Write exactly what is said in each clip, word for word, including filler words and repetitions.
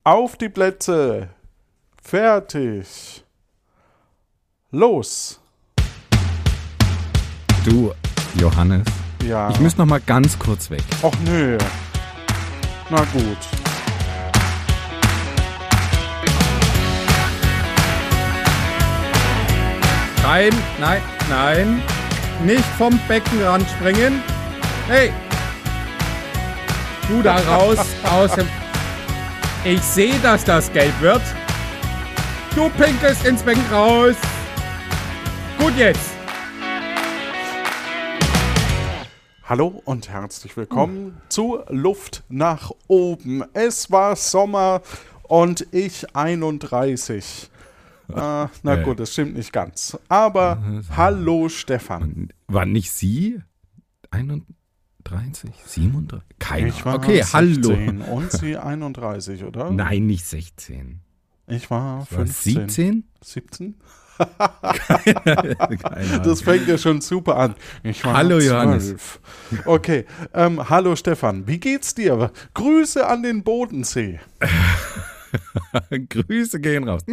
Auf die Plätze. Fertig. Los. Du, Johannes. Ja. Ich muss noch mal ganz kurz weg. Och nö. Na gut. Nein, nein, nein. Nicht vom Beckenrand springen. Hey. Du da raus aus dem... Ich sehe, dass das gelb wird. Du pinkelst ins Becken raus. Gut jetzt. Hallo und herzlich willkommen zu Luft nach oben. Es war Sommer und ich einunddreißig. Äh, na gut, das stimmt nicht ganz. Aber hallo Stefan. War nicht Sie einunddreißig, siebenunddreißig? Keine Ich war Okay, sechzehn hallo. und Sie einunddreißig, oder? Nein, nicht sechzehn. Ich war Ich war fünfzehn. siebzehn? siebzehn? Keine Ahnung. Das fängt ja schon super an. Ich war Hallo, zwölf. Johannes. Okay, ähm, hallo Stefan, wie geht's dir? Grüße an den Bodensee. Grüße gehen raus.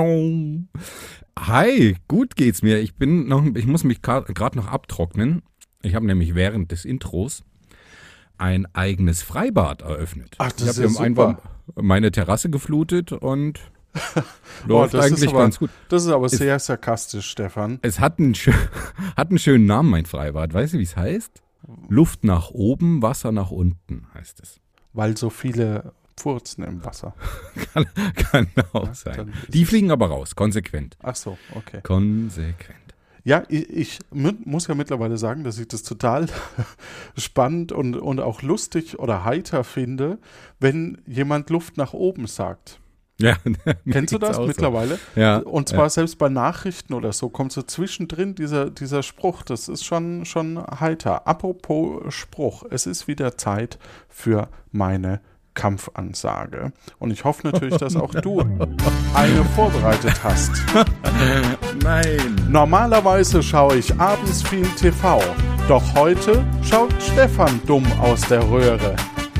Hi, gut geht's mir. Ich bin noch, ich muss mich gerade noch abtrocknen. Ich habe nämlich während des Intros ein eigenes Freibad eröffnet. Ach, das ich ist ja habe super. einfach meine Terrasse geflutet und Oh, läuft das ist eigentlich aber, ganz gut. Das ist aber sehr sarkastisch, Stefan. Es hat einen, schö- hat einen schönen Namen, mein Freibad. Weißt du, wie es heißt? Luft nach oben, Wasser nach unten heißt es. Weil so viele Pfurzen im Wasser. Kann, kann auch Ja, sein. dann ist Die es- fliegen aber raus, konsequent. Ach so, okay. Konsequent. Ja, ich, ich mu- muss ja mittlerweile sagen, dass ich das total spannend und, und auch lustig oder heiter finde, wenn jemand Luft nach oben sagt. Ja, Kennst du geht's das auch so. mittlerweile? Ja. Und zwar selbst bei Nachrichten oder so kommt so zwischendrin dieser, dieser Spruch. Das ist schon, schon heiter. Apropos Spruch, es ist wieder Zeit für meine Kampfansage. Und ich hoffe natürlich, dass auch du eine vorbereitet hast. Nein. Normalerweise schaue ich abends viel T V, doch heute schaut Stefan dumm aus der Röhre.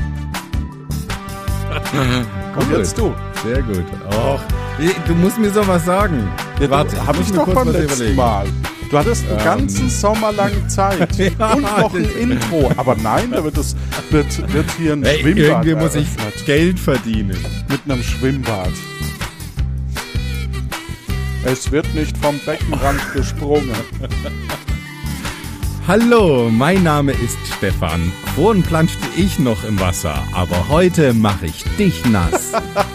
Und Gut. jetzt du. Sehr gut. Och, du musst mir sowas sagen. Ja, Warte, habe muss ich mir doch kurz beim was letzten überlegen. Mal. Du hattest einen Ähm. ganzen Sommer lang Zeit Ja, und noch ein das- Intro. Aber nein, da wird, das, wird, wird hier ein Hey, Schwimmbad irgendwie muss ich eröffnet. Geld verdienen. Mit einem Schwimmbad. Es wird nicht vom Beckenrand gesprungen. Hallo, mein Name ist Stefan. Vorhin planschte ich noch im Wasser, aber heute mache ich dich nass.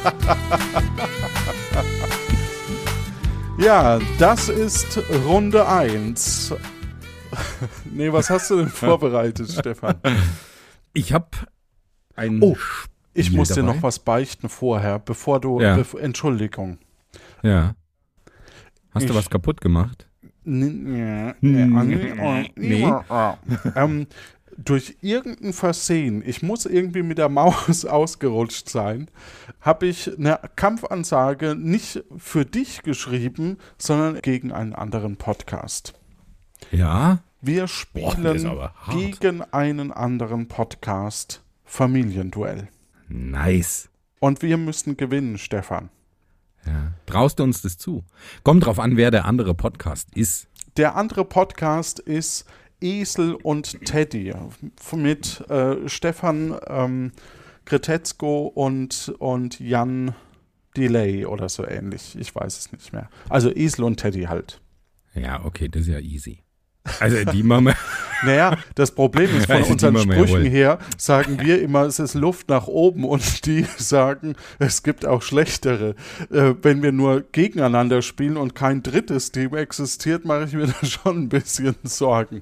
Ja, das ist Runde eins. Nee, was hast du denn vorbereitet, Stefan? Ich habe ein Oh, Ich Spiel muss dir dabei. noch was beichten vorher, bevor du... Ja. Bev- Entschuldigung. Ja. Hast Ich- du was kaputt gemacht? N- Nee. ähm, durch irgendein Versehen, ich muss irgendwie mit der Maus ausgerutscht sein, habe ich eine Kampfansage nicht für dich geschrieben, sondern gegen einen anderen Podcast. Ja. Wir das spielen ist aber hart. gegen einen anderen Podcast Familienduell. Nice. Und wir müssen gewinnen, Stefan. Ja. Traust du uns das zu? Kommt drauf an, wer der andere Podcast ist. Der andere Podcast ist Esel und Teddy mit äh, Stefan ähm, Kretetzko und, und Jan Delay oder so ähnlich. Ich weiß es nicht mehr. Also Esel und Teddy halt. Ja, okay, das ist ja easy. Also die Mama. Naja, das Problem ist, von Also die unseren machen wir ja Sprüchen wohl. her sagen wir immer, es ist Luft nach oben und die sagen, es gibt auch schlechtere. Äh, wenn wir nur gegeneinander spielen und kein drittes Team existiert, mache ich mir da schon ein bisschen Sorgen.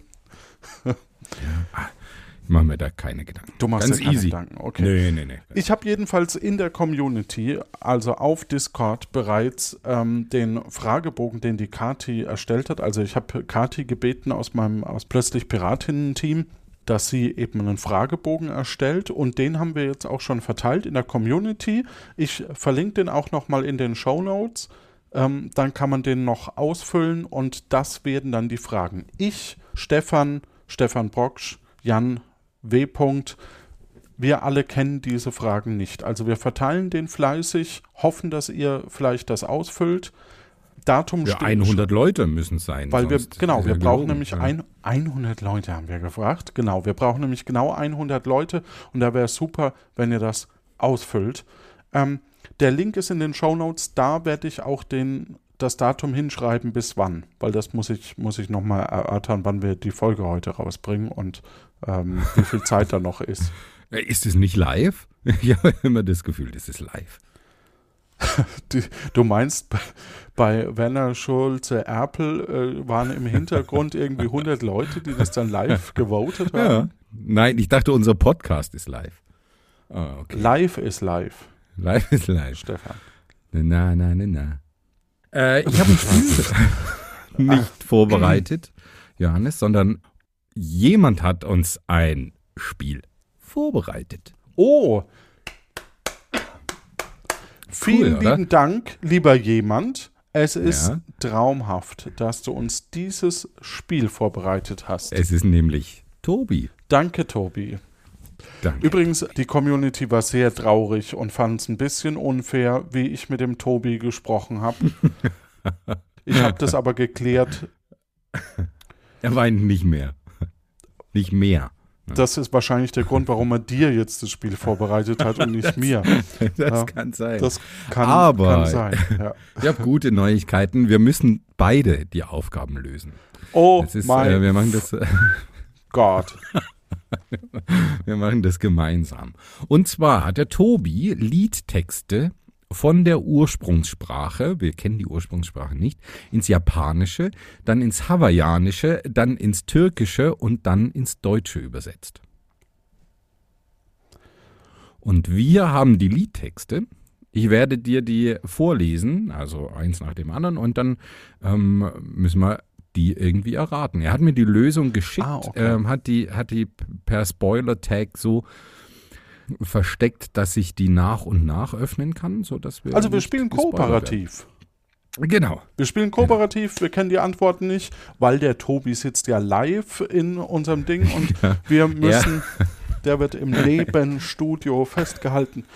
Ich mache mir da keine Gedanken. Du machst Ganz dir keine easy. Gedanken, okay. Nee, nee, nee. Ich habe jedenfalls in der Community, also auf Discord, bereits ähm, den Fragebogen, den die Kati erstellt hat. Also ich habe Kati gebeten aus meinem aus Plötzlich Piratinnen-Team, dass sie eben einen Fragebogen erstellt und den haben wir jetzt auch schon verteilt in der Community. Ich verlinke den auch nochmal in den Shownotes. Ähm, dann kann man den noch ausfüllen und das werden dann die Fragen. Ich, Stefan, Stefan Brocksch, Jan W. wir alle kennen diese Fragen nicht. Also wir verteilen den fleißig, hoffen, dass ihr vielleicht das ausfüllt. Datum Ja, steht hundert Leute müssen es sein. Weil wir, sonst genau, ist wir ja brauchen gelogen, nämlich ja. ein, hundert Leute, haben wir gefragt. Genau, wir brauchen nämlich genau hundert Leute und da wäre es super, wenn ihr das ausfüllt. Ähm, der Link ist in den Shownotes, da werde ich auch den, das Datum hinschreiben, bis wann, weil das muss ich, muss ich nochmal erörtern, wann wir die Folge heute rausbringen und ähm, wie viel Zeit da noch ist. Ist es nicht live? Ich habe immer das Gefühl, das ist live. Die, du meinst, bei, bei Werner Schulze-Erpel äh, waren im Hintergrund irgendwie hundert Leute, die das dann live gewotet haben? Ja. Nein, ich dachte, unser Podcast ist live. Ah, okay. Live ist live, Live ist live. Stefan. Na, na, na, na. Äh, ich habe ein Spiel nicht vorbereitet, Johannes, sondern jemand hat uns ein Spiel vorbereitet. Oh, vielen Cool, oder? lieben Dank, lieber jemand. Es ist Ja. traumhaft, dass du uns dieses Spiel vorbereitet hast. Es ist nämlich Tobi. Danke, Tobi. Danke. Übrigens, die Community war sehr traurig und fand es ein bisschen unfair, wie ich mit dem Tobi gesprochen habe. Ich habe das aber geklärt. Er weint nicht mehr. Nicht mehr. Das ist wahrscheinlich der Grund, warum er dir jetzt das Spiel vorbereitet hat und nicht mir. Das Ja, kann sein. Das kann, Aber- kann sein. Ja. Ich habe gute Neuigkeiten. Wir müssen beide die Aufgaben lösen. Oh Das ist, mein äh, wir machen das. Gott. Wir machen das gemeinsam. Und zwar hat der Tobi Liedtexte von der Ursprungssprache, wir kennen die Ursprungssprache nicht, ins Japanische, dann ins Hawaiianische, dann ins Türkische und dann ins Deutsche übersetzt. Und wir haben die Liedtexte. Ich werde dir die vorlesen, also eins nach dem anderen, und dann ähm, müssen wir die irgendwie erraten. Er hat mir die Lösung geschickt, Ah, okay. ähm, hat die, hat die per Spoiler-Tag so versteckt, dass ich die nach und nach öffnen kann, sodass wir Also wir nicht spielen gespoilert kooperativ. werden. Genau. Wir spielen kooperativ, wir kennen die Antworten nicht, weil der Tobi sitzt ja live in unserem Ding und wir müssen, der wird im Nebenstudio festgehalten.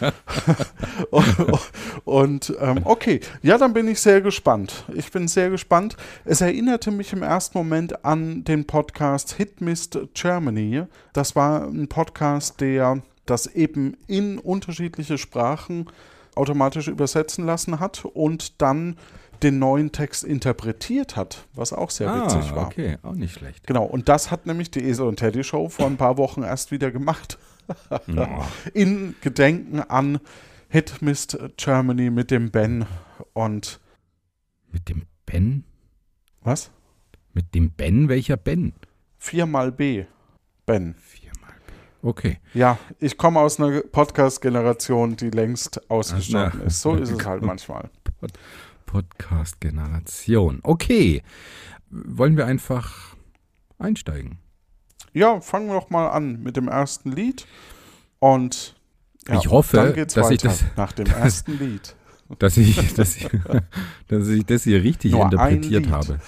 und und ähm, okay, ja, dann bin ich sehr gespannt. Ich bin sehr gespannt. Es erinnerte mich im ersten Moment an den Podcast Hitmist Germany. Das war ein Podcast, der das eben in unterschiedliche Sprachen automatisch übersetzen lassen hat und dann den neuen Text interpretiert hat, was auch sehr witzig ah, war. okay, auch nicht schlecht. Genau, und das hat nämlich die Esel und Teddy Show vor ein paar Wochen erst wieder gemacht. Oh. In Gedenken an Hitmist Germany mit dem Ben und Mit dem Ben? was? Mit dem Ben? Welcher Ben? Viermal B. Ben. Viermal Ben. Okay. Ja, ich komme aus einer Podcast-Generation, die längst ausgestorben Ach, na. ist. So ist es halt manchmal. Podcast-Generation. Okay. Wollen wir einfach einsteigen? Ja, fangen wir doch mal an mit dem ersten Lied. Und ja, Ich hoffe, dann geht's dass ich weiter das- nach dem das- ersten Lied. Dass ich, dass ich, dass ich das hier richtig Nur ein interpretiert Lied. habe.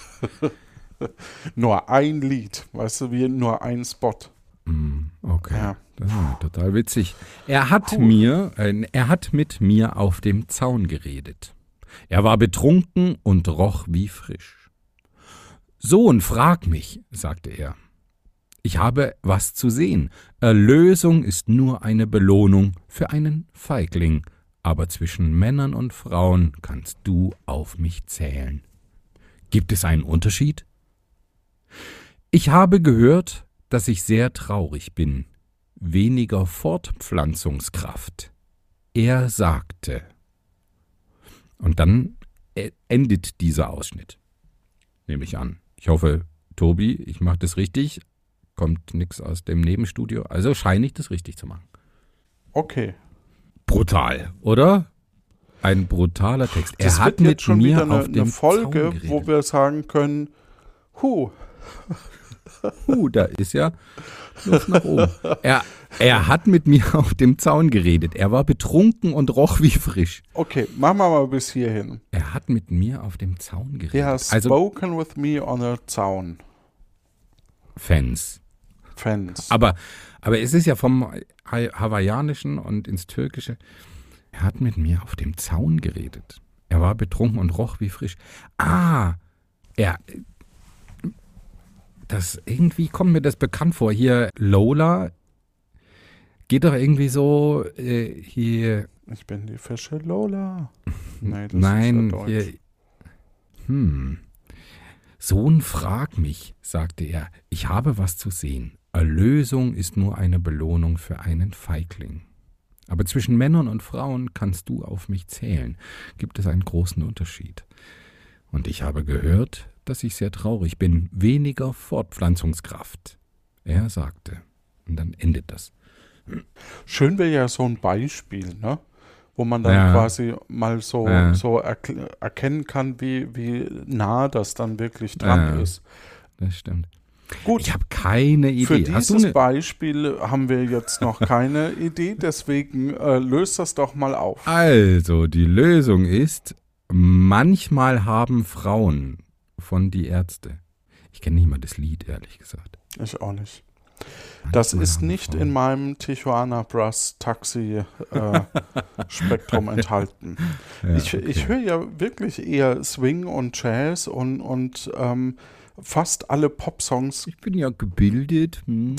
Nur ein Lied, weißt du, wie nur ein Spot. Mm, Okay. Ja. Das war total witzig. Er hat Cool. mir, äh, er hat mit mir auf dem Zaun geredet. Er war betrunken und roch wie frisch. Sohn, frag mich, sagte er. Ich habe was zu sehen. Erlösung ist nur eine Belohnung für einen Feigling, aber zwischen Männern und Frauen kannst du auf mich zählen. Gibt es einen Unterschied? Ich habe gehört, dass ich sehr traurig bin. Weniger Fortpflanzungskraft. Er sagte. Und dann e- endet dieser Ausschnitt. Nehme ich an. Ich hoffe, Tobi, ich mache das richtig. Kommt nichts aus dem Nebenstudio. Also scheine ich das richtig zu machen. Okay. Brutal, oder? Ein brutaler Text. Das er hat wird mit jetzt schon mir wieder eine, auf dem eine Folge, Zaun geredet. wo wir sagen können, hu, Uh, da ist ja Luft nach oben. Er, er hat mit mir auf dem Zaun geredet. Er war betrunken und roch wie frisch. okay, machen wir mal bis hierhin. Er hat mit mir auf dem Zaun geredet. He has Also spoken with me on a Zaun. Fans. Fans. Aber, aber es ist ja vom Ha- Hawaiianischen und ins Türkische. Er hat mit mir auf dem Zaun geredet. Er war betrunken und roch wie frisch. Ah, er. Das irgendwie kommt mir das bekannt vor. Hier Lola geht doch irgendwie so äh, hier. Ich bin die Fische Lola. Nee, das Nein, ist ja hier. Hm. Sohn, frag mich, sagte er. Ich habe was zu sehen. Erlösung ist nur eine Belohnung für einen Feigling. Aber zwischen Männern und Frauen kannst du auf mich zählen. Gibt es einen großen Unterschied. Und ich habe gehört, dass ich sehr traurig bin. Weniger Fortpflanzungskraft. Er sagte. Und dann endet das. Schön wäre ja so ein Beispiel, ne? Wo man dann ja. quasi mal so, ja. so erk- erkennen kann, wie, wie nah das dann wirklich dran ja. ist. Das stimmt. Gut. Ich habe keine Idee. Für Hast dieses du ne- Beispiel haben wir jetzt noch keine Idee, deswegen äh, löst das doch mal auf. Also, die Lösung ist, manchmal haben Frauen von Die Ärzte. Ich kenne nicht mal das Lied, ehrlich gesagt. Ich auch nicht. Das ist nicht in meinem Tijuana Brass Taxi äh, Spektrum enthalten. Ja, ich okay. ich höre ja wirklich eher Swing und Jazz und, und ähm, fast alle Popsongs. Ich bin ja gebildet. Hm.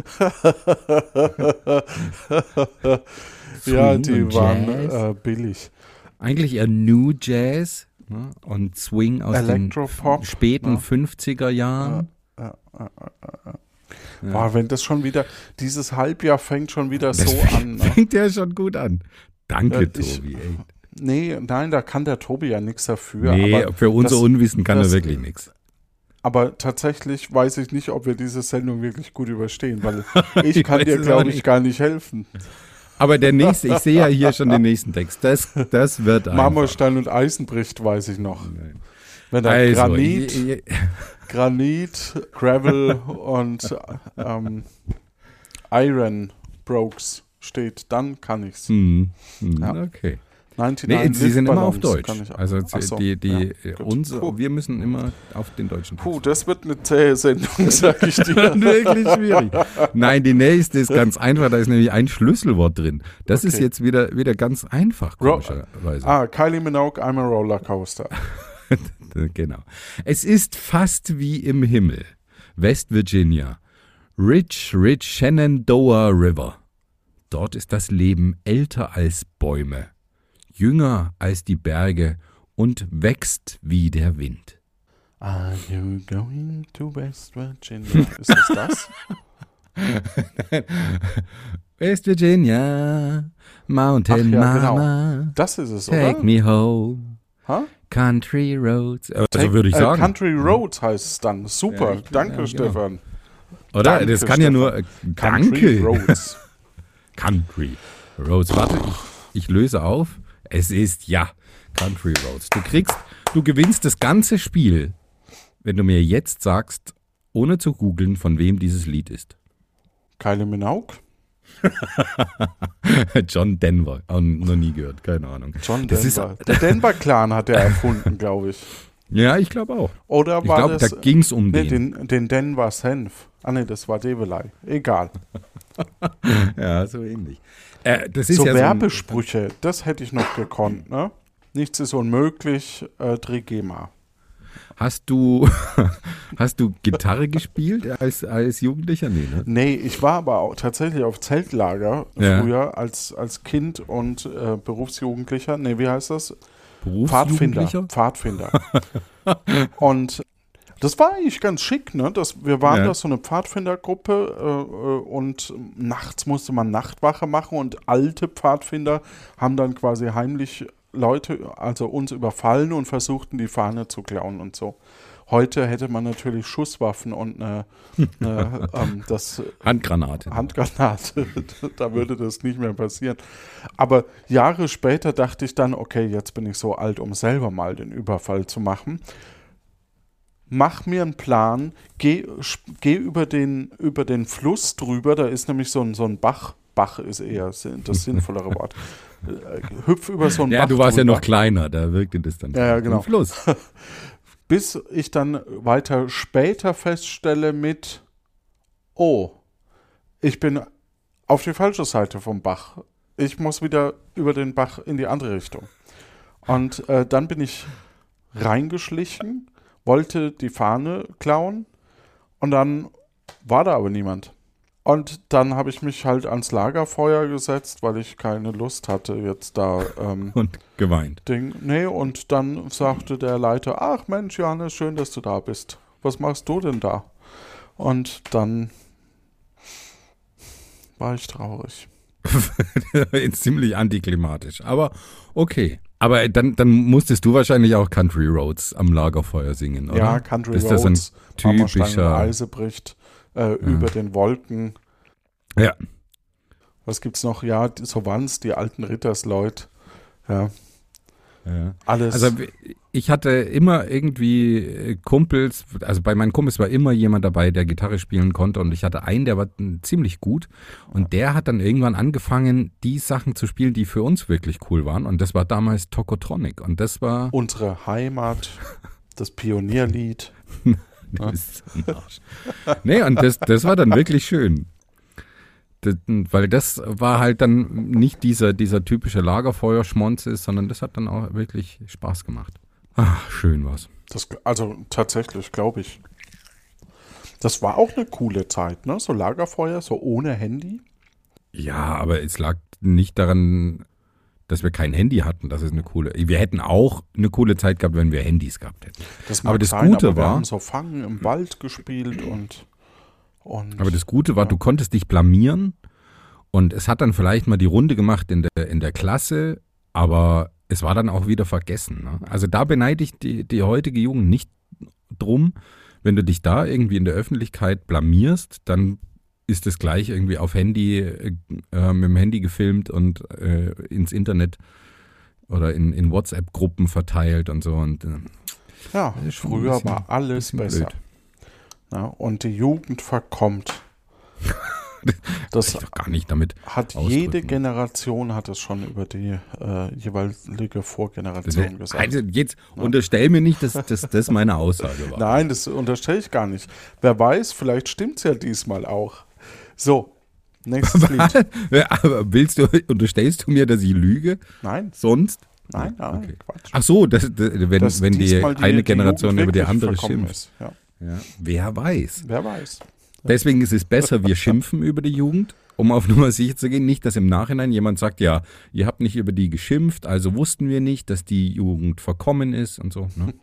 Ja, die und waren Jazz. äh, billig. Eigentlich eher New Jazz, ne? Und Swing aus den Elektropop, späten ne? fünfziger Jahren. Ja, ja, ja, ja. Ja. Boah, wenn das schon wieder, dieses Halbjahr fängt schon wieder Das so fängt, an. Ne? fängt ja schon gut an. Danke, Ja, ich- Tobi. Ey. Nee, nein, da kann der Tobi ja nichts dafür. Nee, aber für unser das- Unwissen kann das- er wirklich nichts. Aber tatsächlich weiß ich nicht, ob wir diese Sendung wirklich gut überstehen, weil ich Ich kann weiß dir, es auch glaube ich, nicht. gar nicht helfen. Aber der nächste, ich sehe ja hier schon den nächsten Text. Das, das wird einfach. Marmorstein und Eisen bricht, weiß ich noch. Wenn da Also, Granit, je- je- Granit, Gravel und ähm, Iron Brokes steht, dann kann ich's. Hm, hm, Ja. okay. neunundneunzig Nee, sie sind immer auf Luftballons Deutsch. kann ich auch. Also Ach so, die, die, ja, gut. unsere, Puh. wir müssen immer auf den deutschen Puh, Text. das wird eine zähe Sendung, sag ich dir. Wirklich schwierig. Nein, die nächste ist ganz einfach. Da ist nämlich ein Schlüsselwort drin. Das ist Okay. jetzt wieder, wieder ganz einfach, Ro- komischerweise. Ah, Kylie Minogue, I'm a Rollercoaster. Genau. Es ist fast wie im Himmel. West Virginia. Rich, rich Shenandoah River. Dort ist das Leben älter als Bäume, jünger als die Berge und wächst wie der Wind. Are you going to West Virginia? Ist das das? West Virginia, Mountain Ach ja, genau. Mama, Das ist es, take oder? me home, Ha? country roads. Also Take- würde ich äh, sagen. Country Roads heißt es dann. Super, Ja, ich- danke ja, genau. Stefan. Oder? Danke, das kann ja Stefan. nur. Äh, Country danke. Roads. Country Roads. Warte, ich, ich löse auf. Es ist ja Country Roads. Du kriegst, du gewinnst das ganze Spiel, wenn du mir jetzt sagst, ohne zu googeln, von wem dieses Lied ist. Kylie Minogue? John Denver. Auch noch nie gehört, keine Ahnung. John Das ist- Denver. Der Denver Clan hat er erfunden, glaube ich. Ja, ich glaube auch. Oder Ich war glaube, da das ging es um nee, den. den, den Denver Senf? Ah ne, das war Develei. Egal. Ja, so ähnlich. Äh, das ist So ja Werbesprüche, das hätte ich noch gekonnt, ne? Nichts ist unmöglich, äh, Trigema. Hast du, hast du Gitarre gespielt als, als Jugendlicher? Nee, ne? Nee, ich war aber auch tatsächlich auf Zeltlager Ja. früher als, als Kind und äh, Berufsjugendlicher. Nee, wie heißt das? Berufsjugendlicher? Pfadfinder. Pfadfinder. Und das war eigentlich ganz schick, ne? Das, wir waren Ja. da so eine Pfadfindergruppe äh, äh, und nachts musste man Nachtwache machen und alte Pfadfinder haben dann quasi heimlich Leute, also uns überfallen und versuchten die Fahne zu klauen und so. Heute hätte man natürlich Schusswaffen und eine, eine ähm, das Handgranate. Handgranate, da würde das nicht mehr passieren. Aber Jahre später dachte ich dann, okay, jetzt bin ich so alt, um selber mal den Überfall zu machen. Mach mir einen Plan, geh, sp- geh über, den, über den Fluss drüber, da ist nämlich so ein, so ein Bach. Bach ist eher sin- das sinnvollere Wort. Äh, Hüpf über so einen Ja, Bach du warst ja drüber. noch kleiner, da wirkte das dann Ja, ja, im genau. Fluss. Bis ich dann weiter später feststelle mit, oh, Ich bin auf die falsche Seite vom Bach. Ich muss wieder über den Bach in die andere Richtung. Und äh, dann bin ich reingeschlichen, wollte die Fahne klauen und dann war da aber niemand. Und dann habe ich mich halt ans Lagerfeuer gesetzt, weil ich keine Lust hatte, jetzt da ähm, Und geweint. Ding. Nee, und dann sagte der Leiter, ach Mensch, Johannes, schön, dass du da bist. Was machst du denn da? Und dann war ich traurig. Ziemlich antiklimatisch, aber okay. Aber dann, dann musstest du wahrscheinlich auch Country Roads am Lagerfeuer singen, oder? Ja, Country Ist Roads, das ein typischer Eise bricht äh, über den Wolken. Ja. Was gibt's noch? Ja, die- so waren's, die alten Rittersleut. Ja, Ja. alles. Also ich hatte immer irgendwie äh, Kumpels, also bei meinen Kumpels war immer jemand dabei, der Gitarre spielen konnte und ich hatte einen, der war mm, ziemlich gut und der hat dann irgendwann angefangen, die Sachen zu spielen, die für uns wirklich cool waren und das war damals Tokotronic und das war Unsere Heimat, das Pionierlied. das ist ein Arsch. Nee, und das, das war dann wirklich schön. Das, weil das war halt dann nicht dieser, dieser typische Lagerfeuerschmonze, sondern das hat dann auch wirklich Spaß gemacht. Ach, schön war's. Das, also tatsächlich, glaube ich. Das war auch eine coole Zeit, ne? So Lagerfeuer, so ohne Handy. Ja, aber es lag nicht daran, dass wir kein Handy hatten. Das ist eine coole. Wir hätten auch eine coole Zeit gehabt, wenn wir Handys gehabt hätten. Das Aber mag das sein, Gute aber wir war- haben so Fangen im Wald gespielt und, und Aber das Gute war, ja. du konntest dich blamieren und es hat dann vielleicht mal die Runde gemacht in der, in der Klasse, aber es war dann auch wieder vergessen. Ne? Also da beneide ich die, die heutige Jugend nicht drum. Wenn du dich da irgendwie in der Öffentlichkeit blamierst, dann ist es gleich irgendwie auf Handy, äh, mit dem Handy gefilmt und äh, ins Internet oder in, in WhatsApp-Gruppen verteilt und so. Und, äh, ja, ist schon ein früher bisschen- war alles bisschen besser. blöd. Ja, und die Jugend verkommt. Das ich doch gar nicht damit. hat ausdrücken. jede Generation hat es schon über die äh, jeweilige Vorgeneration gesagt. Also jetzt unterstell mir nicht, dass, dass das meine Aussage war. Nein, das unterstelle ich gar nicht. Wer weiß, vielleicht stimmt's ja diesmal auch. So, nächstes Lied. Aber willst du, unterstellst du mir, dass ich lüge? Nein, Sonst? nein, nein, Okay. Quatsch. Ach so, das, das, wenn, Dass wenn die diesmal eine Generation Jugend über die wirklich andere verkommen schimpft. ist. Ja, Ja, wer weiß. wer weiß. Deswegen ist es besser, wir schimpfen über die Jugend, um auf Nummer sicher zu gehen. Nicht, dass im Nachhinein jemand sagt, ja, ihr habt nicht über die geschimpft, also wussten wir nicht, dass die Jugend verkommen ist und so. Ne?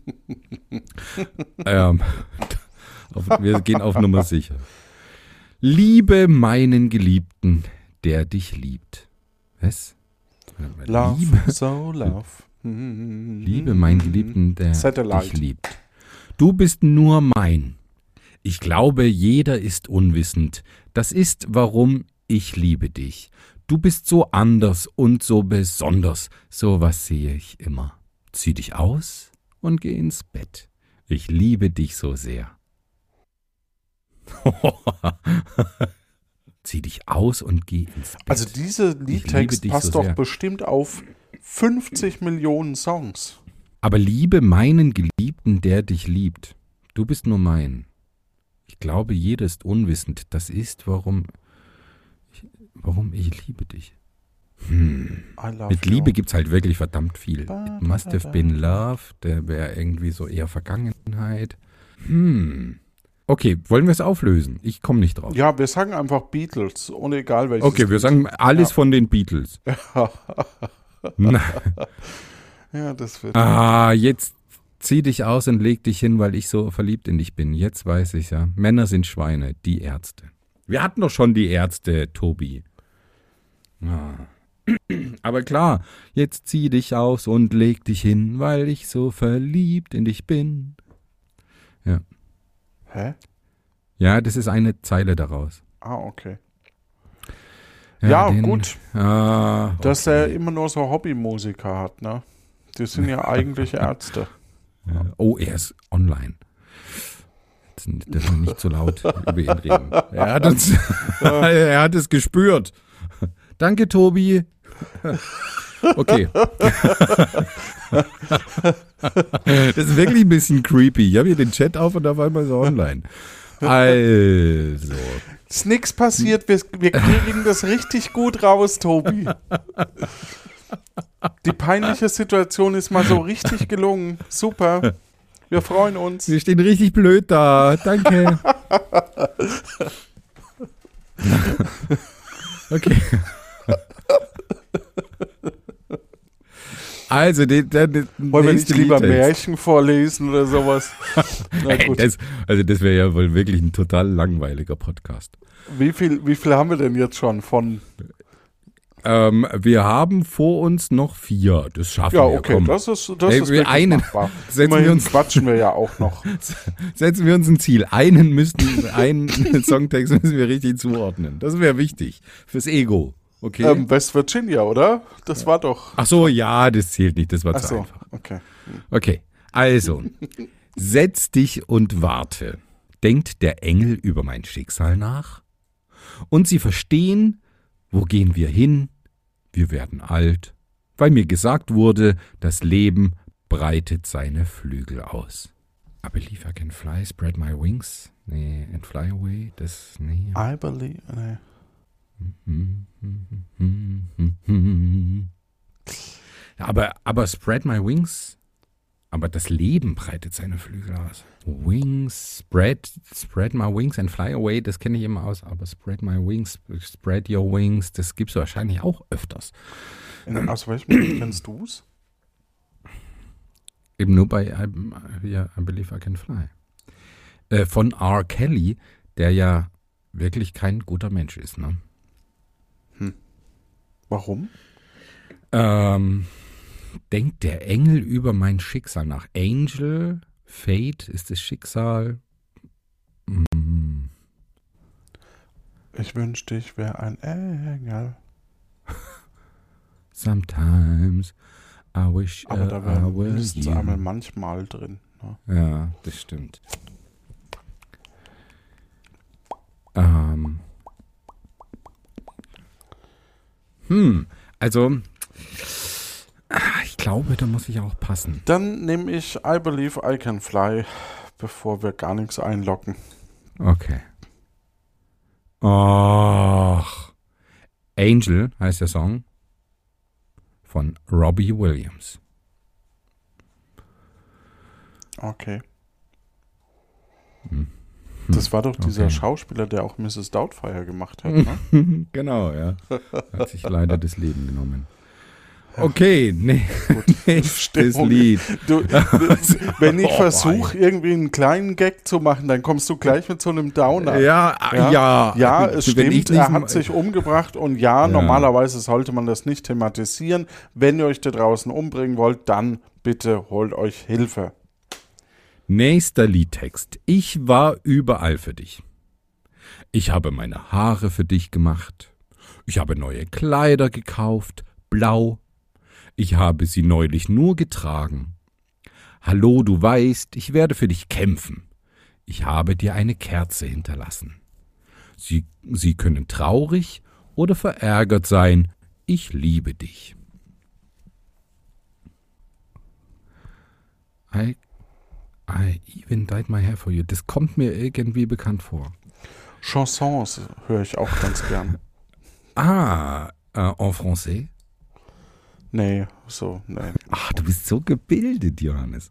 ähm, auf, wir gehen auf Nummer sicher. Liebe meinen Geliebten, der dich liebt. Was? Love, Liebe, so love. Mhm. liebe meinen Geliebten, der Satellite. dich liebt. Du bist nur mein. Ich glaube, jeder ist unwissend. Das ist, warum ich liebe dich. Du bist so anders und so besonders. So was sehe ich immer. Zieh dich aus und geh ins Bett. Ich liebe dich so sehr. Zieh dich aus und geh ins Bett. Also dieser liebe Liedtext dich passt so doch sehr. bestimmt auf fünfzig Millionen Songs. Aber liebe meinen Geliebten, der dich liebt. Du bist nur mein. Ich glaube, jeder ist unwissend. Das ist, warum ich, warum ich liebe dich. Hm. I love Mit you. Liebe gibt es halt wirklich verdammt viel. Ba, It ba, must ba, have ba. been love. Der wäre irgendwie so eher Vergangenheit. Hm. Okay, wollen wir es auflösen? Ich komme nicht drauf. Ja, wir sagen einfach Beatles, ohne egal welches. Okay, wir sagen alles Ja. von den Beatles. Na, Ja, das wird. ah, jetzt zieh dich aus und leg dich hin, weil ich so verliebt in dich bin. Jetzt weiß ich ja. Männer sind Schweine, die Ärzte. Wir hatten doch schon die Ärzte, Tobi. Ah. Aber klar, jetzt zieh dich aus und leg dich hin, weil ich so verliebt in dich bin. Ja, Hä? ja, das ist eine Zeile daraus. Ah, okay. Ja, den- gut, Ah, dass okay. er immer nur so Hobbymusiker hat, ne? Die sind ja eigentlich Ärzte. Ja. Oh, er ist online. Jetzt dürfen wir nicht so laut über ihn reden. Er hat, uns, er hat es gespürt. Danke, Tobi. Okay. Das ist wirklich ein bisschen creepy. Ich habe hier den Chat auf und auf einmal so online. Also, Ist nichts passiert, wir, wir kriegen das richtig gut raus, Tobi. Die peinliche Situation ist mal so richtig gelungen. Super. Wir freuen uns. Wir stehen richtig blöd da. Danke. Okay. Also, die, die, die wollen wir nicht lieber Märchen vorlesen oder sowas? Na gut. Das, also, das wäre ja wohl wirklich ein total langweiliger Podcast. Wie viel, wie viel haben wir denn jetzt schon von? Ähm, wir haben vor uns noch vier. Das schaffen ja, wir. Okay, komm. das ist, das Ey, ist wir einen, machbar. Setzen Immerhin wir uns, quatschen wir ja auch noch. Setzen wir uns ein Ziel. Einen müssten, einen Songtext müssen wir richtig zuordnen. Das wäre wichtig. Fürs Ego. Okay. Ähm, West Virginia, oder? Das war doch. Ach so, ja, das zählt nicht. Das war Ach zu so, einfach. okay. Okay, also, setz dich und warte. Denkt der Engel über mein Schicksal nach? Und sie verstehen, wo gehen wir hin? Wir werden alt, weil mir gesagt wurde, das Leben breitet seine Flügel aus. I believe I can fly, spread my wings. Nee, and fly away, das, nee. I believe, nee. Aber, aber spread my wings, aber das Leben breitet seine Flügel aus. Wings, spread, spread my wings and fly away, das kenne ich immer aus, aber spread my wings, spread your wings, das gibt es wahrscheinlich auch öfters. In, aus welchem Grund kennst du es? Eben nur bei I, ja, I Believe I Can Fly. Äh, von R. Kelly, der ja wirklich kein guter Mensch ist, ne? Hm. Warum? Ähm, denkt der Engel über mein Schicksal nach. Angel, Fate, ist das Schicksal? Mm. Ich wünschte, ich wäre ein Engel. Sometimes I wish Aber uh, da wäre I were mindestens you. einmal manchmal drin. Ne? Ja, das stimmt. Ähm. Hm, also ich glaube, da muss ich auch passen. Dann nehme ich I Believe I Can Fly, bevor wir gar nichts einloggen. Okay. Och. Angel heißt der Song von Robbie Williams. Okay. Hm. Das war doch dieser Okay. Schauspieler, der auch Misses Doubtfire gemacht hat, ne? Genau, ja. Hat sich leider das Leben genommen. Okay, nee, nächstes Stimmung. Lied. Du, wenn ich Oh, versuche, irgendwie einen kleinen Gag zu machen, dann kommst du gleich mit so einem Downer. Ja, ja. Ja, ja es Wenn ich stimmt, nicht er mal- hat sich umgebracht und ja, Ja. normalerweise sollte man das nicht thematisieren. Wenn ihr euch da draußen umbringen wollt, dann bitte holt euch Hilfe. Nächster Liedtext. Ich war überall für dich. Ich habe meine Haare für dich gemacht. Ich habe neue Kleider gekauft, blau. Ich habe sie neulich nur getragen. Hallo, du weißt, ich werde für dich kämpfen. Ich habe dir eine Kerze hinterlassen. Sie, sie können traurig oder verärgert sein. Ich liebe dich. I, I even dyed my hair for you. Das kommt mir irgendwie bekannt vor. Chansons höre ich auch ganz gern. Ah, äh, en français? Nee, so, nee. Ach, du bist so gebildet, Johannes.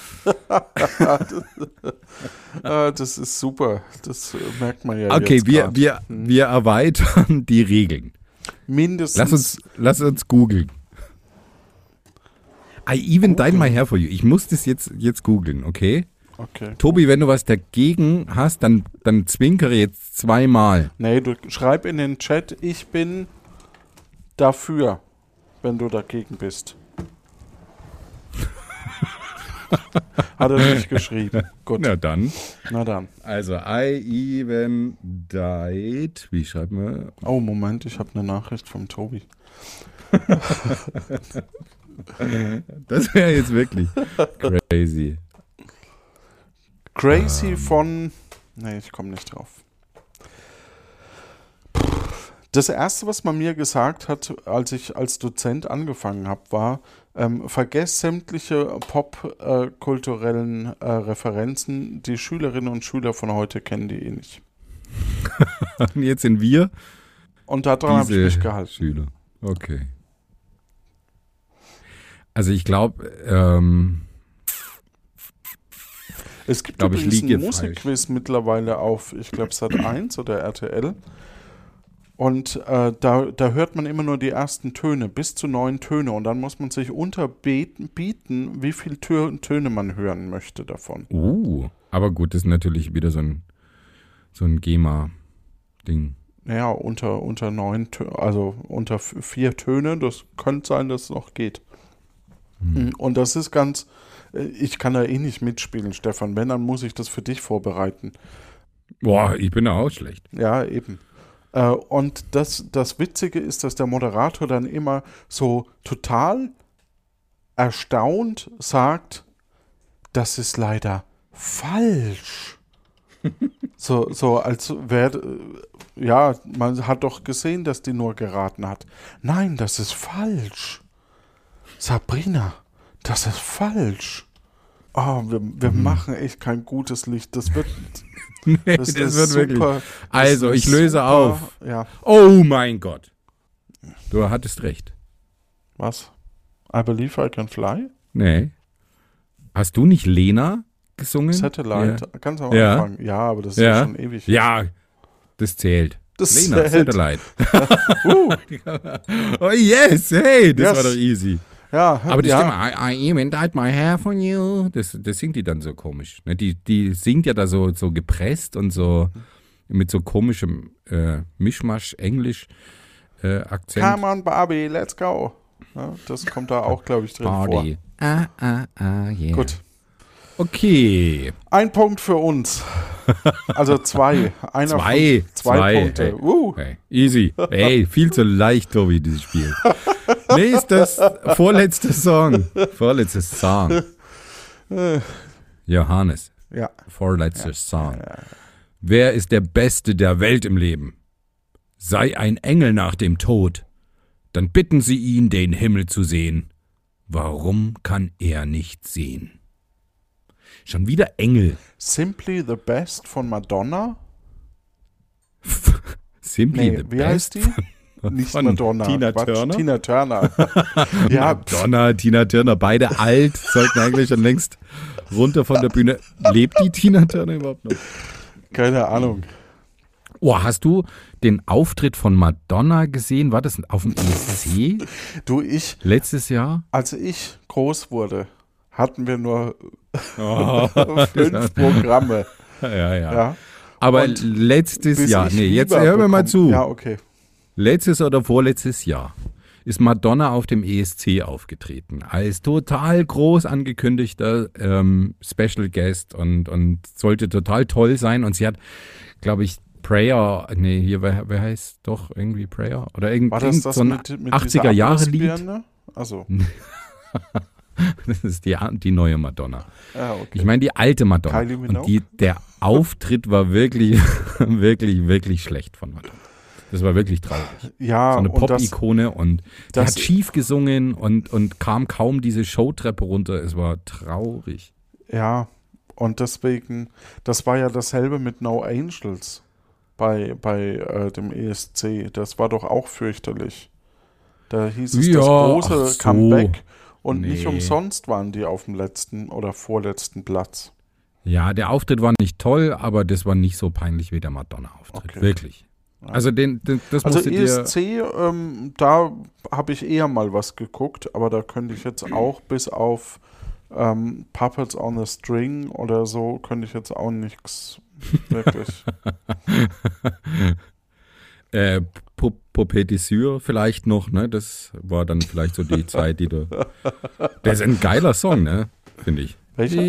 Ah, das ist super. Das äh, merkt man ja Okay, jetzt wir, grad. wir, Hm. wir erweitern die Regeln. Mindestens. Lass uns, lass uns googeln. I even dyed my hair for you. Ich muss das jetzt, jetzt googeln, okay? Okay. Tobi, wenn du was dagegen hast, dann, dann zwinkere jetzt zweimal. Nee, du schreib in den Chat, ich bin dafür, wenn du dagegen bist. Hat er nicht geschrieben. Gut, Na dann. na dann. Also, I even dyed. Wie schreibt man? Oh, Moment, ich habe eine Nachricht vom Tobi. Das wäre jetzt wirklich crazy. Crazy Ähm. von... Nee, ich komme nicht drauf. Das Erste, was man mir gesagt hat, als ich als Dozent angefangen habe, war, ähm, vergesst sämtliche popkulturellen äh, äh, Referenzen. Die Schülerinnen und Schüler von heute kennen die eh nicht. Und jetzt sind wir Und daran habe ich diese mich gehalten. Schüler. Okay. Also ich glaube, ähm, Es gibt glaub, ich übrigens liege ein Musikquiz mittlerweile auf, ich glaube, Sat eins oder R T L. Und äh, da, da hört man immer nur die ersten Töne, bis zu neun Töne. Und dann muss man sich unterbieten, bieten, wie viele Tö- Töne man hören möchte davon. uh, aber gut, das ist natürlich wieder so ein, so ein GEMA-Ding. Naja, unter, unter neun Töne, also unter f- vier Töne, das könnte sein, dass es noch geht. Hm. Und das ist ganz, äh, ich kann da eh nicht mitspielen, Stefan. Wenn, dann muss ich das für dich vorbereiten. Boah, ich bin da auch schlecht. Ja, eben. Äh, und das, das Witzige ist, dass der Moderator dann immer so total erstaunt sagt, das ist leider falsch. so, so als wäre, ja, man hat doch gesehen, dass die nur geraten hat. Nein, das ist falsch. Sabrina, das ist falsch. Oh, wir, wir Mhm. machen echt kein gutes Licht. Das wird, Nee, das, das, ist wird super. wirklich. Das Also, ist ich löse super, auf. Ja, Oh mein Gott. Du hattest recht. was? I believe I can fly? Nee. Hast du nicht Lena gesungen? Satellite, ganz am Ja. Anfang. Ja, aber das ist ja, Ja. schon ewig. Ja, das zählt. Das Lena, zählt. Satellite. Uh, Oh yes, hey, das Yes. war doch easy. ja, Aber die ja. Stimme, I, I even dyed my hair for you, das, das singt die dann so komisch. Ne? Die, die singt ja da so, so gepresst und so mit so komischem äh, Mischmasch-Englisch-Akzent. Come on, Barbie, let's go. Ja, das kommt da auch, glaube ich, drin Party. Ah, ah, ah, yeah. vor. Gut. Okay. Ein Punkt für uns. Also zwei. Einer Zwei. Von, zwei, Zwei. Punkte. Hey. Uh. Hey, easy. Ey, viel zu leicht, Tobi, dieses Spiel. Nächstes, vorletzter Song. Vorletzter Song. Johannes, Ja. vorletzter Song. Wer ist der Beste der Welt im Leben? Sei ein Engel nach dem Tod. Dann bitten Sie ihn, den Himmel zu sehen. Warum kann er nicht sehen? Schon wieder Engel. Simply the Best von Madonna. Simply Nee, the wie Best. heißt die? Nicht von Madonna. Tina Quatsch, Turner? Tina Turner. ja, Madonna, Tina Turner, beide alt, sollten eigentlich schon längst runter von der Bühne. Lebt die Tina Turner überhaupt noch? keine Ahnung. Oh, hast du den Auftritt von Madonna gesehen? War das auf dem E S C Du, ich, letztes Jahr? als ich groß wurde, hatten wir nur Oh, fünf Programme. ja, ja. Ja. Aber Und letztes bis Jahr, ich nee, jetzt Fieber hör mir mal bekomm- zu. Ja, okay. Letztes oder vorletztes Jahr ist Madonna auf dem E S C aufgetreten. Als total groß angekündigter ähm, Special Guest und, und sollte total toll sein. Und sie hat, glaube ich, Prayer, nee, hier, wer, wer heißt doch irgendwie Prayer? Oder irgend, War das irgend das so ein mit, mit achtziger-Jahre-Lied? Lied? Also, Das ist die, die neue Madonna. ja, okay. Ich meine die alte Madonna. Kylie Minogue? Und die, der Auftritt war wirklich, wirklich, wirklich schlecht von Madonna. Das war wirklich traurig. ja, So eine und das, Pop-Ikone und die das- hat schief gesungen und, und kam kaum diese Showtreppe runter. Es war traurig. ja, und deswegen, das war ja dasselbe mit No Angels bei, bei äh, dem E S C. Das war doch auch fürchterlich. Da hieß es Ja, das große ach so. Comeback und Nee. nicht umsonst waren die auf dem letzten oder vorletzten Platz. Ja, der Auftritt war nicht toll, aber das war nicht so peinlich wie der Madonna-Auftritt. Okay. Wirklich. Also den, den, das Also musst du E dir... S C, ähm, da habe ich eher mal was geguckt, aber da könnte ich jetzt auch bis auf ähm, Puppets on the String oder so, könnte ich jetzt auch nichts wirklich. Äh, Poupée de Sur vielleicht noch, ne? Das war dann vielleicht so die Zeit, die du... Der ist ein geiler Song, ne? Finde ich. Welcher?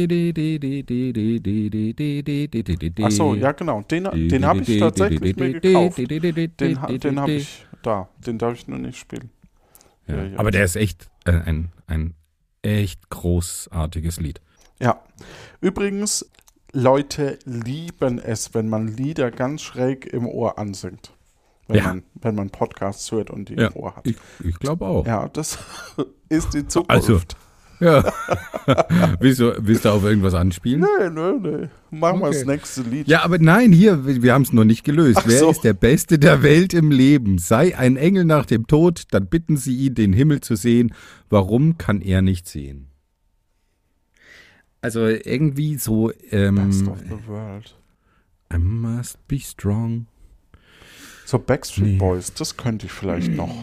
Ach so, ja genau, den, den habe ich tatsächlich mir gekauft. Den, ha- den habe ich da, den darf ich nur nicht spielen. Ja, Ja, ja. aber der ist echt äh, ein, ein echt großartiges Lied. Ja, übrigens, Leute lieben es, wenn man Lieder ganz schräg im Ohr ansingt. Wenn, Ja. man, wenn man Podcasts hört und die Ja, im Ohr hat. ich, ich glaube auch. Ja, das ist die Zukunft. Also, Ja. willst, du, willst du auf irgendwas anspielen? Nee, nee, nee. Machen wir Okay. das nächste Lied. Ja, aber nein, hier, wir wir haben es noch nicht gelöst. Ach Wer so. ist der Beste der Welt im Leben? Sei ein Engel nach dem Tod, dann bitten Sie ihn, den Himmel zu sehen. Warum kann er nicht sehen? Also irgendwie so, Best ähm, of the world. I must be strong. So Backstreet Nee. Boys, das könnte ich vielleicht noch.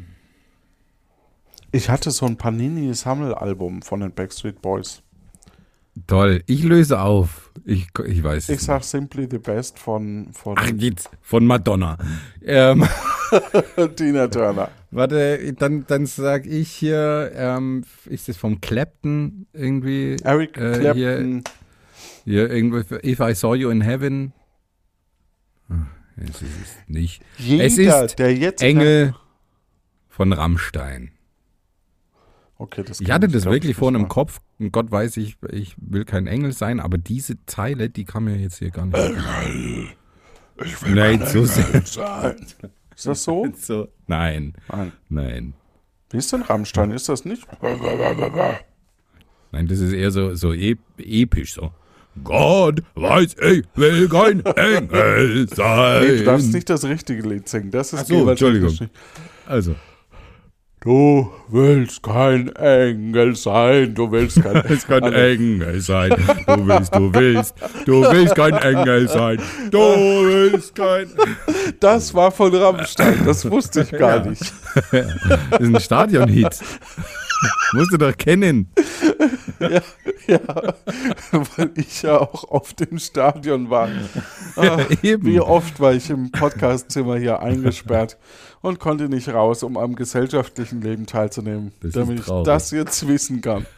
Ich hatte so ein Panini-Sammelalbum von den Backstreet Boys. Toll, ich löse auf. Ich, ich weiß Ich es sag Simply the Best von, von Ach, geht's. Von Madonna. Ähm, Tina Turner. warte, dann, dann sag ich hier, ähm, ist es vom Clapton irgendwie? Eric Äh, Clapton. Hier irgendwie, If I Saw You in Heaven. Hm, Es ist es nicht. Jeder, es ist der jetzt... Engel von Rammstein. Okay, das Ich kann hatte das glaub wirklich nicht vorhin im mal. Kopf. Und Gott weiß, ich, ich will kein Engel sein, aber diese Zeile, die kam mir jetzt hier gar nicht. Ich will Nein, kein so Engel sein. Ist das so? so. Nein, Nein. nein. Wie ist denn Rammstein? Ist das nicht? Nein, das ist eher so, so ep episch so. Gott weiß, ich will kein Engel sein. Nee, du darfst nicht das richtige Lied singen. Das ist Ach so, jeweils Entschuldigung. richtig. Also, Du willst kein Engel sein, du willst kein du willst kein Also, Engel sein. Du willst, du willst, du willst kein Engel sein. Du willst kein. Das war von Rammstein, das wusste ich gar Ja. nicht. Das ist ein Stadionhit. Musst du doch kennen. Ja, ja, weil ich ja auch oft im Stadion war. Ah, Eben. wie oft war ich im Podcastzimmer hier eingesperrt und konnte nicht raus, um am gesellschaftlichen Leben teilzunehmen, Das ist damit ich traurig. das jetzt wissen kann.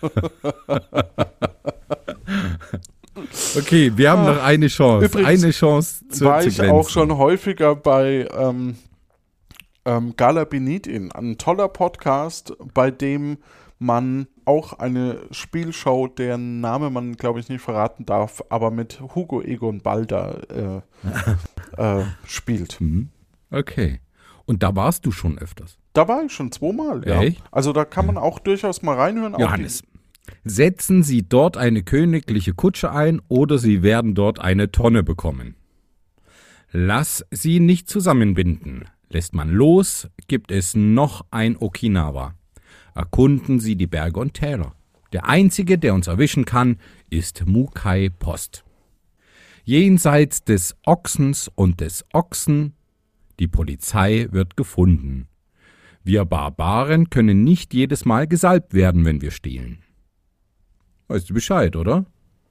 Okay, wir haben noch eine Chance. Übrigens eine Chance zu, war zu ich glänzen. auch schon häufiger bei ähm, ähm, Gala Benit in. Ein toller Podcast, bei dem man auch eine Spielshow, deren Name man, glaube ich, nicht verraten darf, aber mit Hugo Egon Balder äh, äh, spielt. Mhm. Okay. Und da warst du schon öfters. Da war ich schon zweimal, ja. Echt? Also da kann man auch durchaus mal reinhören. auch Johannes, setzen Sie dort eine königliche Kutsche ein oder Sie werden dort eine Tonne bekommen. Lass sie nicht zusammenbinden. Lässt man los, gibt es noch ein Okinawa. Erkunden Sie die Berge und Täler. Der einzige, der uns erwischen kann, ist Mukai Post. Jenseits des Ochsens und des Ochsen, die Polizei wird gefunden. Wir Barbaren können nicht jedes Mal gesalbt werden, wenn wir stehlen. Weißt du Bescheid, oder?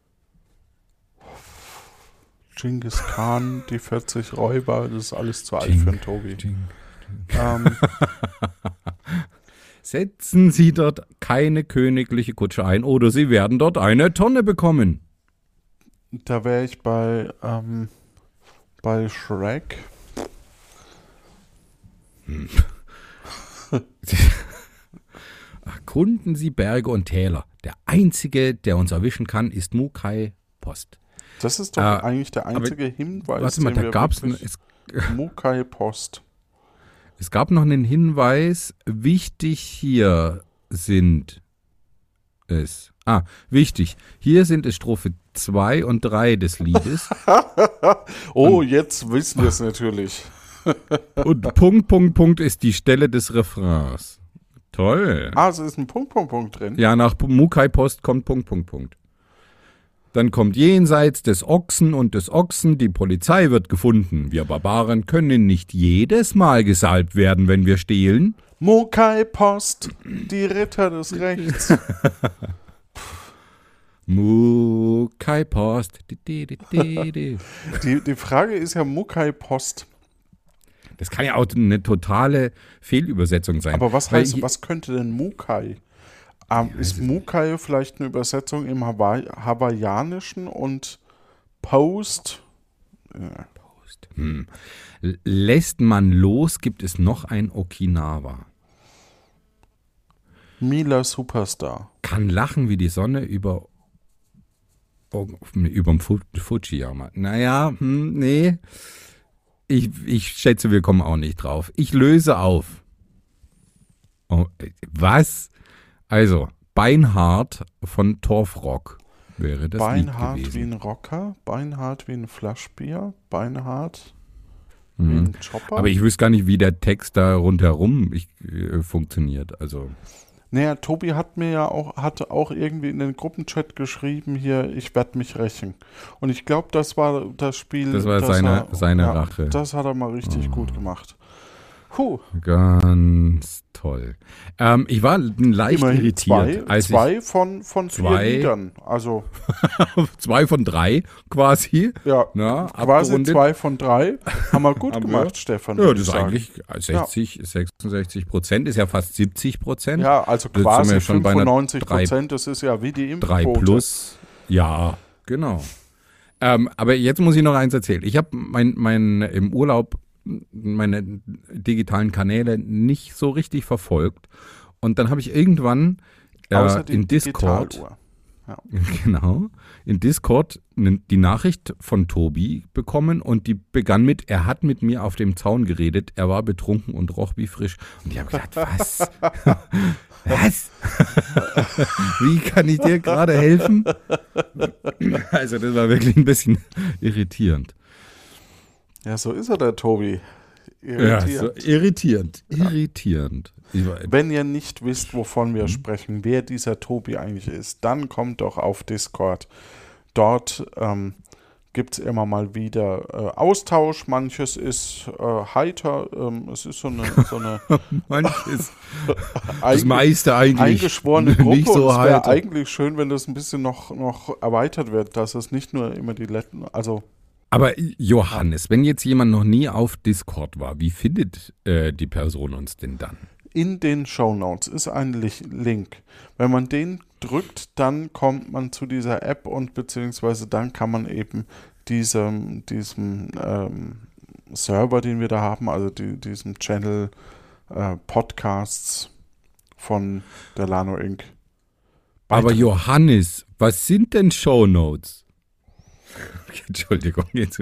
die Genghis Khan, die vierzig Räuber, das ist alles zu alt für den Tobi. Ähm, Setzen Sie dort keine königliche Kutsche ein oder Sie werden dort eine Tonne bekommen. da wäre ich bei, ähm, bei Shrek. Erkunden Sie Berge und Täler. Der einzige, der uns erwischen kann, ist Mukai Post. Das ist doch Äh, eigentlich der einzige Hinweis, Warte mal, den da wir gab's wirklich- es, Mukai Post. es gab noch einen Hinweis. Wichtig hier sind es. Ah, wichtig. Hier sind es Strophe zwei und drei des Liedes. Oh, jetzt wissen wir es natürlich. Und Punkt, Punkt, Punkt ist die Stelle des Refrains. Toll. Ah, es ist ein Punkt, Punkt, Punkt drin. Ja, nach Mukai Post kommt Punkt, Punkt, Punkt. Dann kommt jenseits des Ochsen und des Ochsen, die Polizei wird gefunden. Wir Barbaren können nicht jedes Mal gesalbt werden, wenn wir stehlen. Mukai Post, die Ritter des Rechts. Mukai Post. Di, di, di, di, di. Die, die Frage ist ja Mukai Post. Das kann ja auch eine totale Fehlübersetzung sein. Aber was Weil heißt, hier- was könnte denn Mukai? Ähm, ist Mukai vielleicht eine Übersetzung im Hawaii Hawaiianischen und Post? Ja. Hm. L- Lässt man los, gibt es noch ein Okinawa. Mila Superstar. Kann lachen wie die Sonne über überm Fu- Fujiyama. Naja, hm, nee. Ich, ich schätze, wir kommen auch nicht drauf. Ich löse auf. Oh, äh, was? Also, Beinhard von Torfrock wäre das Beinhard Lied gewesen. wie ein Rocker, Beinhard wie ein Flaschbier, Beinhard wie Mhm. ein Chopper. Aber ich wüsste gar nicht, wie der Text da rundherum ich, äh, funktioniert. Also Naja, Tobi hat mir ja auch, hatte auch irgendwie in den Gruppenchat geschrieben, hier, ich werde mich rächen. Und ich glaube, das war das Spiel. Das war seine- er, seine ja, Rache. Das hat er mal richtig Oh. gut gemacht. Puh, ganz toll. Ähm, ich war leicht immerhin irritiert, zwei, als zwei von, von vier Zwei. Liedern. Also, ich zwei von drei quasi. ja, Na, quasi abgerundet. zwei von drei. Haben wir gut Haben wir. gemacht, Stefan. Ja, würde das ich ist sagen. eigentlich sechzig, sechsundsechzig Prozent, ist ja fast siebzig Prozent. Ja, also Jetzt sind quasi wir schon bei einer fünfundneunzig drei- Prozent, das ist ja wie die Drei Impfquote. plus. Ja, genau. Ähm, aber jetzt muss ich noch eins erzählen. Ich habe mein, mein, im Urlaub meine digitalen Kanäle nicht so richtig verfolgt. Und dann habe ich irgendwann äh, Außer die in Discord, Digitaluhr. genau, in Discord ne- die Nachricht von Tobi bekommen und die begann mit, er hat mit mir auf dem Zaun geredet, er war betrunken und roch wie frisch. Und ich habe gedacht, was? Was? Wie kann ich dir gerade helfen? Also das war wirklich ein bisschen irritierend. Ja, so ist er, der Tobi. Ja, Irritiert. so irritierend. Irritierend. Ich war- Wenn ihr nicht wisst, wovon Mhm. wir sprechen, wer dieser Tobi eigentlich ist, dann kommt doch auf Discord. Dort ähm, gibt es immer mal wieder äh, Austausch. Manches ist äh, heiter. Ähm, es ist so eine, so eine Manches, das einge- meiste eigentlich eingeschworene Gruppe. nicht so und es wäre heiter. eigentlich schön, wenn das ein bisschen noch, noch erweitert wird, dass es nicht nur immer die letzten, also Aber Johannes, wenn jetzt jemand noch nie auf Discord war, wie findet äh, die Person uns denn dann? in den Shownotes ist ein Lich- Link. Wenn man den drückt, dann kommt man zu dieser App und beziehungsweise dann kann man eben diesem, diesem ähm, Server, den wir da haben, also die, diesem Channel äh, Podcasts von Delano Incorporated. Aber Johannes, was sind denn Shownotes? Entschuldigung, jetzt.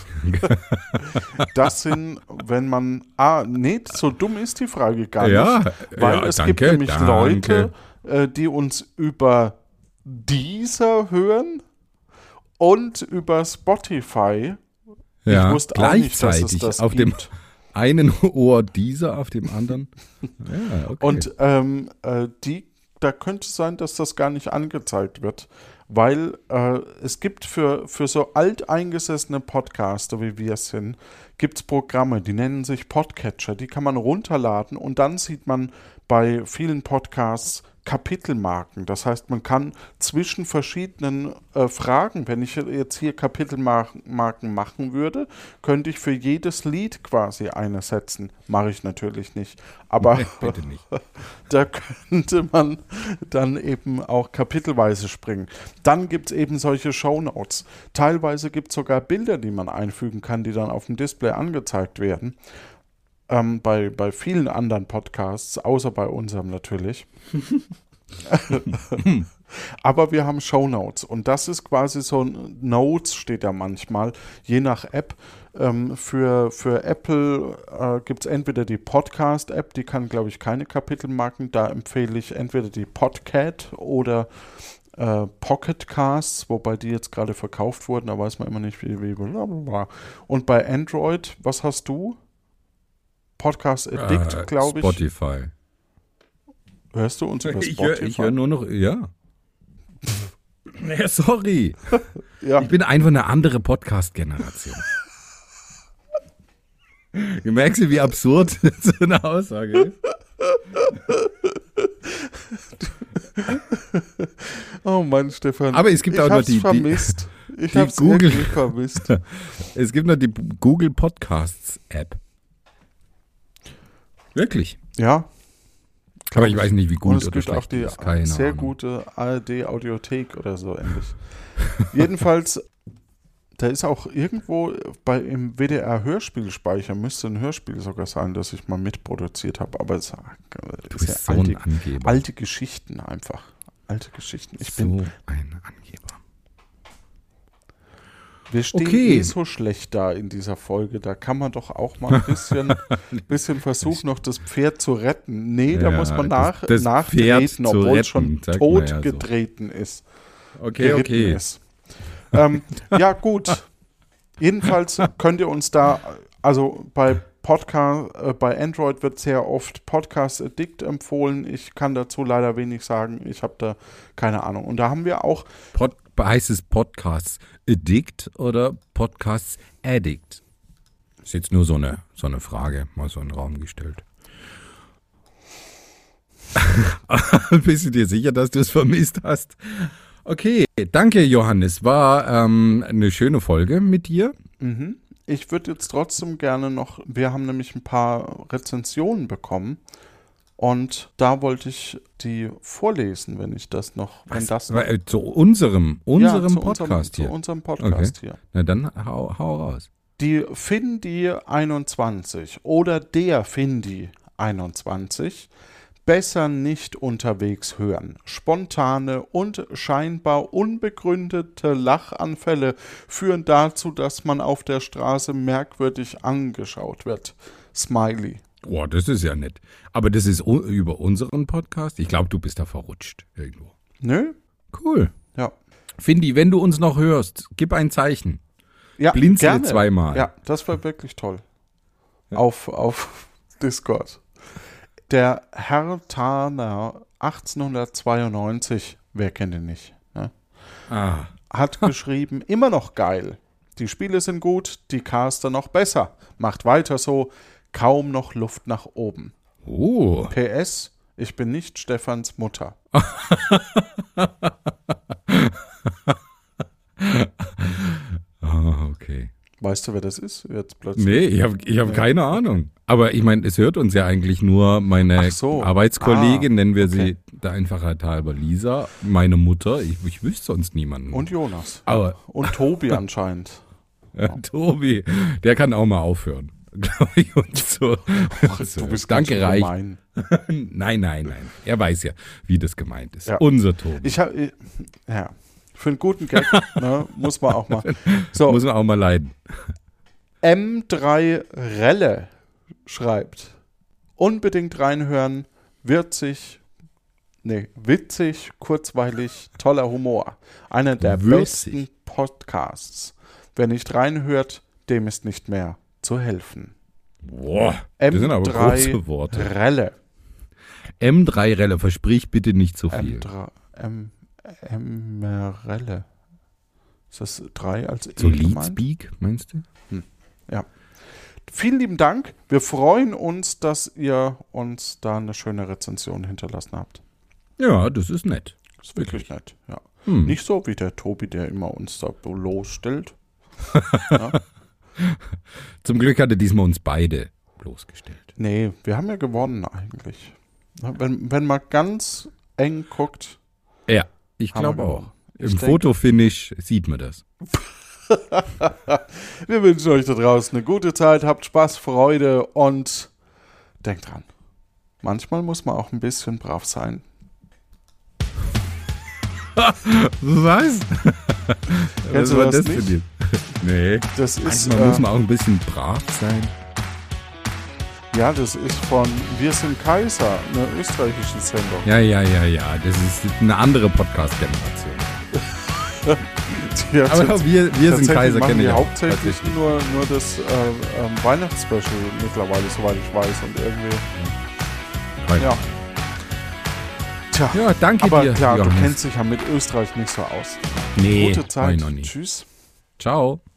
Das sind, wenn man, ah, nee, so dumm ist die Frage gar nicht. Ja, Weil ja, es danke, gibt nämlich danke. Leute, äh, die uns über Deezer hören und über Spotify. Ja, ich wusste auch nicht, dass es gleichzeitig das auf gibt. dem einen Ohr dieser, auf dem anderen. Ja, okay. Und ähm, äh, die, da könnte es sein, dass das gar nicht angezeigt wird, weil äh, es gibt für, für so alteingesessene Podcaster, wie wir es sind, gibt es Programme, die nennen sich Podcatcher, die kann man runterladen und dann sieht man bei vielen Podcasts Kapitelmarken. Das heißt, man kann zwischen verschiedenen äh, Fragen, wenn ich jetzt hier Kapitelmarken machen würde, könnte ich für jedes Lied quasi eine setzen. Mache ich natürlich nicht. Aber Nee, bitte nicht. da könnte man dann eben auch kapitelweise springen. Dann gibt es eben solche Shownotes. Teilweise gibt es sogar Bilder, die man einfügen kann, die dann auf dem Display angezeigt werden. Ähm, bei, bei vielen anderen Podcasts, außer bei unserem natürlich. Aber wir haben Shownotes und das ist quasi so ein Notes steht da manchmal, je nach App. Ähm, für, für Apple äh, gibt es entweder die Podcast-App, die kann, glaube ich, keine Kapitelmarken. Da empfehle ich entweder die Podcat oder äh, Pocket Casts, wobei die jetzt gerade verkauft wurden, da weiß man immer nicht, wie, wie blablabla. Und bei Android, was hast du? Podcast Addict, Äh, glaube ich. Spotify. Hörst du uns über Ich höre Spotify? hör nur noch, ja. Ja, sorry. Ja. Ich bin einfach eine andere Podcast-Generation. Du merkst, wie absurd so eine Aussage ist. Oh Mann, Stefan. Aber es gibt ich auch noch hab's die- die- vermisst. Ich die hab's Google- irgendwie vermisst. Es gibt noch die Google Podcasts App. Wirklich. Ja. Aber ich weiß nicht, wie Und gut es oder gibt auch schlecht die ist. Keine sehr Ahnung. gute A R D-Audiothek oder so ähnlich. Jedenfalls, da ist auch irgendwo bei, im W D R-Hörspielspeicher, müsste ein Hörspiel sogar sein, das ich mal mitproduziert habe. Aber es Du ist bist ja so ein alte, Angeber. alte Geschichten einfach. Alte Geschichten. Ich bin so ein Angeber. Wir stehen Okay. eh so schlecht da in dieser Folge. Da kann man doch auch mal ein bisschen, bisschen versuchen, noch das Pferd zu retten. Nee, da Ja, muss man das- nach, das nachtreten, Pferd zu obwohl es retten, schon sagt man ja so. totgetreten ist. Okay, geritten okay. ist. Ähm, ja, gut. Jedenfalls könnt ihr uns da, also bei Podcast, äh, bei Android wird sehr oft Podcast Addict empfohlen. Ich kann dazu leider wenig sagen. Ich habe da keine Ahnung. Und da haben wir auch, Pod, heißt es Podcasts Addict oder Podcasts Addict? Ist jetzt nur so eine, so eine Frage, mal so in den Raum gestellt. Bist du dir sicher, dass du es vermisst hast? Okay, danke Johannes. War ähm, eine schöne Folge mit dir. mhm. Ich würde jetzt trotzdem gerne noch, wir haben nämlich ein paar Rezensionen bekommen und da wollte ich die vorlesen, wenn ich das noch, wenn das noch, Äh, Zu unserem, unserem ja, zu Podcast unserem, hier. Zu unserem Podcast Okay. hier. Na dann hau, hau raus. Die Findi einundzwanzig oder der Findi einundzwanzig besser nicht unterwegs hören. Spontane und scheinbar unbegründete Lachanfälle führen dazu, dass man auf der Straße merkwürdig angeschaut wird. Smiley. Boah, das ist ja nett. Aber das ist u- über unseren Podcast? Ich glaube, du bist da verrutscht irgendwo. Nö? Cool. Ja. Findi, wenn du uns noch hörst, gib ein Zeichen. Ja, Blinzle gerne. zweimal. Ja, das war wirklich toll. Auf, auf Discord. Der Herr Taner achtzehnhundertzweiundneunzig, wer kennt ihn nicht, ne? Ah, Hat geschrieben, immer noch geil. Die Spiele sind gut, die Caster noch besser. Macht weiter so, kaum noch Luft nach oben. oh. P S, ich bin nicht Stefans Mutter. Ah, okay. Weißt du, wer das ist? Jetzt plötzlich. Nee, ich habe ich hab keine Ahnung. Aber ich meine, es hört uns ja eigentlich nur meine Ach so. Arbeitskollegin, Ah, nennen wir okay. sie der Einfachheit halber Lisa, meine Mutter. Ich, ich wüsste sonst niemanden. Und Jonas. Aber Und Tobi anscheinend. äh, Tobi, der kann auch mal aufhören. Glaube ich. Und so. Und so. Du bist ganz Danke, schön Reich. gemein. Nein, nein, nein. Er weiß ja, wie das gemeint ist. Ja. Unser Tobi. Ich habe, ja, für einen guten Gag ne, muss man auch mal. So, Muss man auch mal leiden. M drei Relle schreibt, unbedingt reinhören, witzig, nee, witzig, kurzweilig, toller Humor. Einer der Würzig. besten Podcasts. Wer nicht reinhört, dem ist nicht mehr zu helfen. Boah, das sind aber M drei große Worte. Relle. M drei Relle, versprich bitte nicht so viel. M drei, M, M Relle. Ist das drei als E So gemeint? Leadspeak, meinst du? Ja. Vielen lieben Dank. Wir freuen uns, dass ihr uns da eine schöne Rezension hinterlassen habt. Ja, das ist nett. Das ist wirklich nett. Ja. Hm. Nicht so wie der Tobi, der immer uns da bloßstellt. Ja. Zum Glück hat er diesmal uns beide bloßgestellt. Nee, wir haben ja gewonnen eigentlich. Ja, Wenn, wenn man ganz eng guckt, Ja, ich Haben wir glaube auch. gewonnen. Im Ich denke- Fotofinish sieht man das. wir wünschen euch da draußen eine gute Zeit, habt Spaß, Freude und denkt dran, manchmal muss man auch ein bisschen brav sein. Was? Kennst du war das für nicht? dir? Nee. Das ist, Manchmal muss äh, man auch ein bisschen brav sein. ja, das ist von Wir sind Kaiser, eine österreichische Sendung. Ja, ja, ja, ja. Das ist eine andere Podcast-Generation. Die Aber jetzt- wir, wir sind tatsächlich Kaiser, machen kenne die ich auch. hauptsächlich Tatsächlich. nur, nur das äh, ähm, Weihnachtsspecial mittlerweile, soweit ich weiß. Und irgendwie, Right. ja. Tja, Ja, danke aber dir, klar, Johannes. du kennst dich ja mit Österreich nicht so aus. Nee, Gute war Zeit. ich noch nie. Tschüss. Ciao.